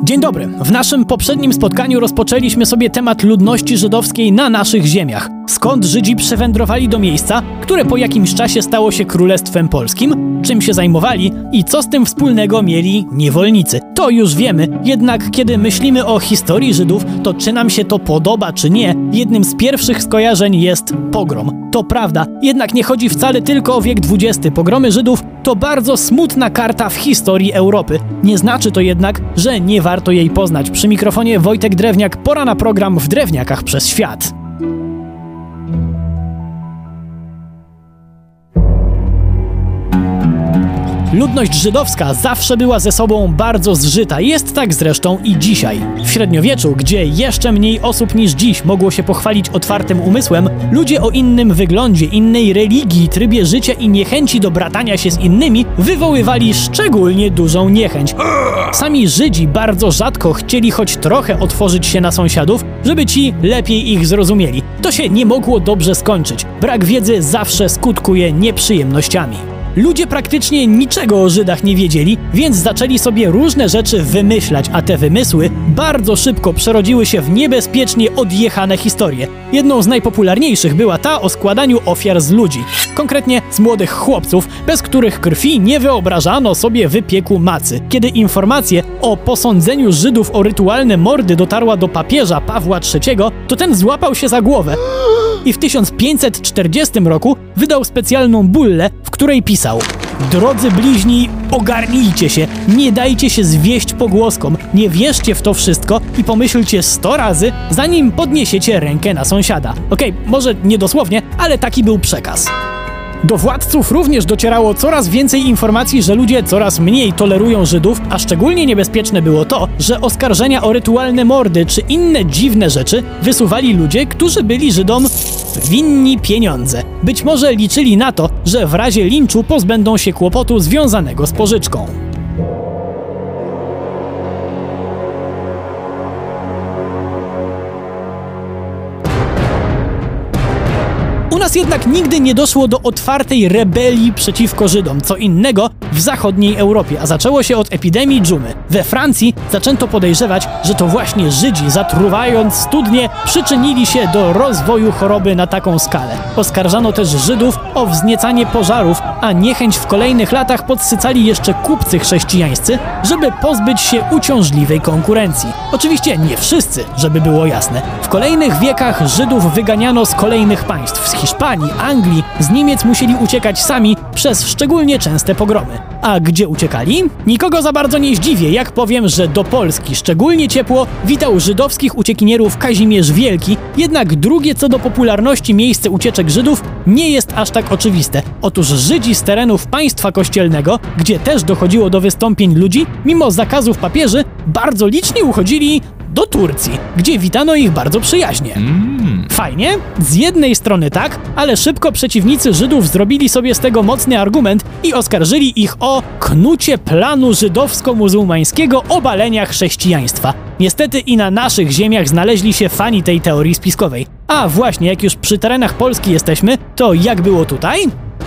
Dzień dobry. W naszym poprzednim spotkaniu rozpoczęliśmy sobie temat ludności żydowskiej na naszych ziemiach. Skąd Żydzi przewędrowali do miejsca, które po jakimś czasie stało się Królestwem Polskim, czym się zajmowali i co z tym wspólnego mieli niewolnicy. To już wiemy, jednak kiedy myślimy o historii Żydów, to czy nam się to podoba czy nie, jednym z pierwszych skojarzeń jest pogrom. To prawda, jednak nie chodzi wcale tylko o wiek XX. Pogromy Żydów to bardzo smutna karta w historii Europy. Nie znaczy to jednak, że nie warto jej poznać. Przy mikrofonie Wojtek Drewniak, pora na program W Drewniakach przez świat. Ludność żydowska zawsze była ze sobą bardzo zżyta. Jest tak zresztą i dzisiaj. W średniowieczu, gdzie jeszcze mniej osób niż dziś mogło się pochwalić otwartym umysłem, ludzie o innym wyglądzie, innej religii, trybie życia i niechęci do bratania się z innymi wywoływali szczególnie dużą niechęć. Sami Żydzi bardzo rzadko chcieli choć trochę otworzyć się na sąsiadów, żeby ci lepiej ich zrozumieli. To się nie mogło dobrze skończyć. Brak wiedzy zawsze skutkuje nieprzyjemnościami. Ludzie praktycznie niczego o Żydach nie wiedzieli, więc zaczęli sobie różne rzeczy wymyślać, a te wymysły bardzo szybko przerodziły się w niebezpiecznie odjechane historie. Jedną z najpopularniejszych była ta o składaniu ofiar z ludzi, konkretnie z młodych chłopców, bez których krwi nie wyobrażano sobie wypieku macy. Kiedy informacja o posądzeniu Żydów o rytualne mordy dotarła do papieża Pawła III, to ten złapał się za głowę i w 1540 roku wydał specjalną bullę, w której pisał: drodzy bliźni, ogarnijcie się, nie dajcie się zwieść pogłoskom, nie wierzcie w to wszystko i pomyślcie 100 razy, zanim podniesiecie rękę na sąsiada. Okej, może nie dosłownie, ale taki był przekaz. Do władców również docierało coraz więcej informacji, że ludzie coraz mniej tolerują Żydów, a szczególnie niebezpieczne było to, że oskarżenia o rytualne mordy czy inne dziwne rzeczy wysuwali ludzie, którzy byli Żydom winni pieniądze. Być może liczyli na to, że w razie linczu pozbędą się kłopotu związanego z pożyczką. U nas jednak nigdy nie doszło do otwartej rebelii przeciwko Żydom, co innego w zachodniej Europie, a zaczęło się od epidemii dżumy. We Francji zaczęto podejrzewać, że to właśnie Żydzi, zatruwając studnie, przyczynili się do rozwoju choroby na taką skalę. Oskarżano też Żydów o wzniecanie pożarów, a niechęć w kolejnych latach podsycali jeszcze kupcy chrześcijańscy, żeby pozbyć się uciążliwej konkurencji. Oczywiście nie wszyscy, żeby było jasne. W kolejnych wiekach Żydów wyganiano z kolejnych państw. Z Hiszpanii, Anglii, z Niemiec musieli uciekać sami przez szczególnie częste pogromy. A gdzie uciekali? Nikogo za bardzo nie zdziwię, jak powiem, że do Polski szczególnie ciepło witał żydowskich uciekinierów Kazimierz Wielki, jednak drugie co do popularności miejsce ucieczek Żydów nie jest aż tak oczywiste. Otóż Żydzi z terenów państwa kościelnego, gdzie też dochodziło do wystąpień ludzi, mimo zakazów papieży, bardzo licznie uchodzili do Turcji, gdzie witano ich bardzo przyjaźnie. Fajnie? Z jednej strony tak, ale szybko przeciwnicy Żydów zrobili sobie z tego mocny argument i oskarżyli ich o knucie planu żydowsko-muzułmańskiego obalenia chrześcijaństwa. Niestety i na naszych ziemiach znaleźli się fani tej teorii spiskowej. A właśnie, jak już przy terenach Polski jesteśmy, to jak było tutaj?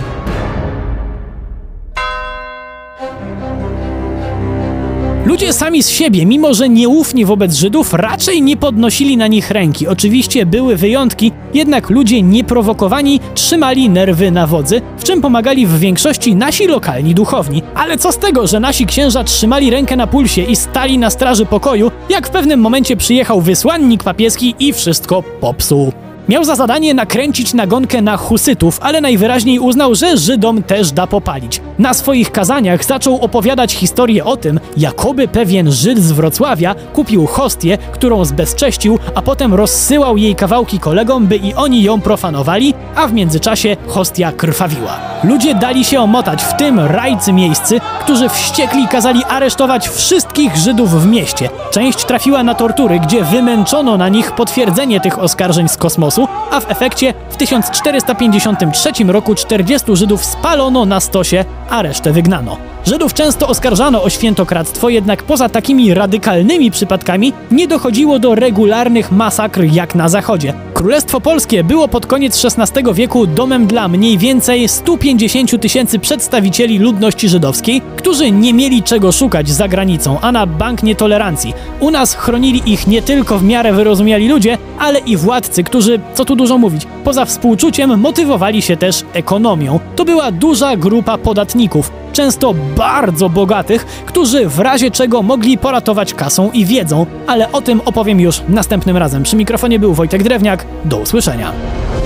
Ludzie sami z siebie, mimo że nieufni wobec Żydów, raczej nie podnosili na nich ręki. Oczywiście były wyjątki, jednak ludzie nieprowokowani trzymali nerwy na wodzy, w czym pomagali w większości nasi lokalni duchowni. Ale co z tego, że nasi księża trzymali rękę na pulsie i stali na straży pokoju, jak w pewnym momencie przyjechał wysłannik papieski i wszystko popsuł. Miał za zadanie nakręcić nagonkę na husytów, ale najwyraźniej uznał, że Żydom też da popalić. Na swoich kazaniach zaczął opowiadać historię o tym, jakoby pewien Żyd z Wrocławia kupił hostię, którą zbezcześcił, a potem rozsyłał jej kawałki kolegom, by i oni ją profanowali, a w międzyczasie hostia krwawiła. Ludzie dali się omotać, w tym rajcy miejscy, którzy wściekli kazali aresztować wszystkich Żydów w mieście. Część trafiła na tortury, gdzie wymęczono na nich potwierdzenie tych oskarżeń z kosmosu, a w efekcie w 1453 roku 40 Żydów spalono na stosie, a resztę wygnano. Żydów często oskarżano o świętokradztwo, jednak poza takimi radykalnymi przypadkami nie dochodziło do regularnych masakr jak na Zachodzie. Królestwo Polskie było pod koniec XVI wieku domem dla mniej więcej 150 000 przedstawicieli ludności żydowskiej, którzy nie mieli czego szukać za granicą, a na bank nietolerancji. U nas chronili ich nie tylko w miarę wyrozumiali ludzie, ale i władcy, którzy, co tu dużo mówić, poza współczuciem motywowali się też ekonomią. To była duża grupa podatników, często bardzo bogatych, którzy w razie czego mogli poratować kasą i wiedzą, ale o tym opowiem już następnym razem. Przy mikrofonie był Wojtek Drewniak. Do usłyszenia.